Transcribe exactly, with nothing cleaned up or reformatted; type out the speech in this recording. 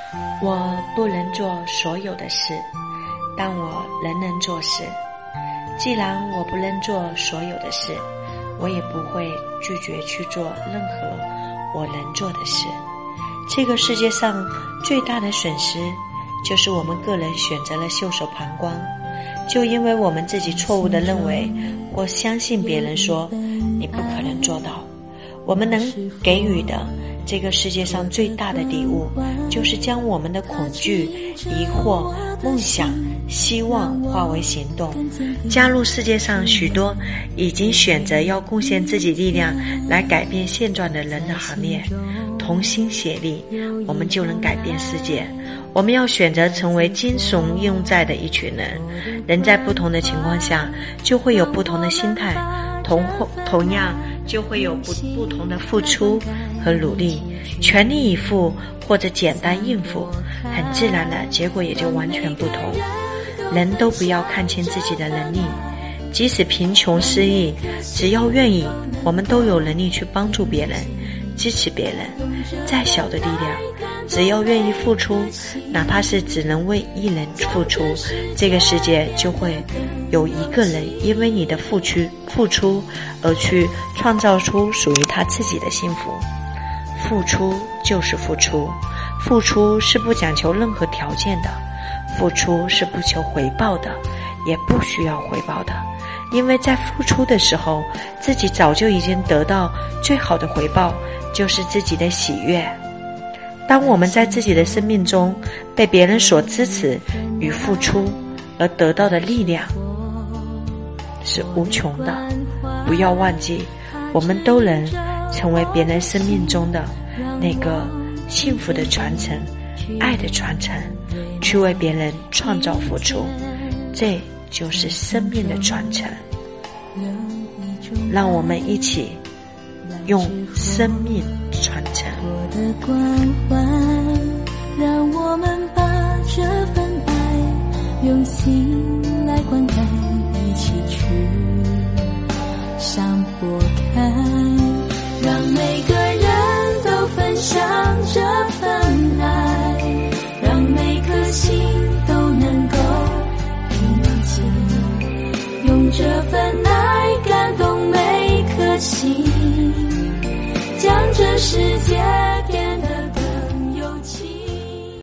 我不能做所有的事，但我仍能做事。既然我不能做所有的事，我也不会拒绝去做任何我能做的事。这个世界上最大的损失，就是我们个人选择了袖手旁观，就因为我们自己错误地认为或相信别人说你不可能做到。我们能给予的这个世界上最大的礼物，就是将我们的恐惧、疑惑、梦想、希望化为行动，加入世界上许多已经选择要贡献自己力量来改变现状的人的行列。同心协力，我们就能改变世界。我们要选择成为金怂用在的一群人，人在不同的情况下就会有不同的心态，同同样就会有不不同的付出和努力，全力以赴或者简单应付，很自然的结果也就完全不同。人都不要看清自己的能力，即使贫穷失意，只要愿意，我们都有能力去帮助别人，支持别人。再小的力量，只要愿意付出，哪怕是只能为一人付出，这个世界就会有一个人因为你的付出付出而去创造出属于他自己的幸福。付出就是付出，付出是不讲求任何条件的，付出是不求回报的，也不需要回报的，因为在付出的时候，自己早就已经得到最好的回报，就是自己的喜悦。当我们在自己的生命中被别人所支持与付出而得到的力量是无穷的，不要忘记，我们都能成为别人生命中的那个幸福的传承、爱的传承，去为别人创造付出，这就是生命的传承。让我们一起用生命传承。 我的关怀，让我们把这份爱用心来灌溉。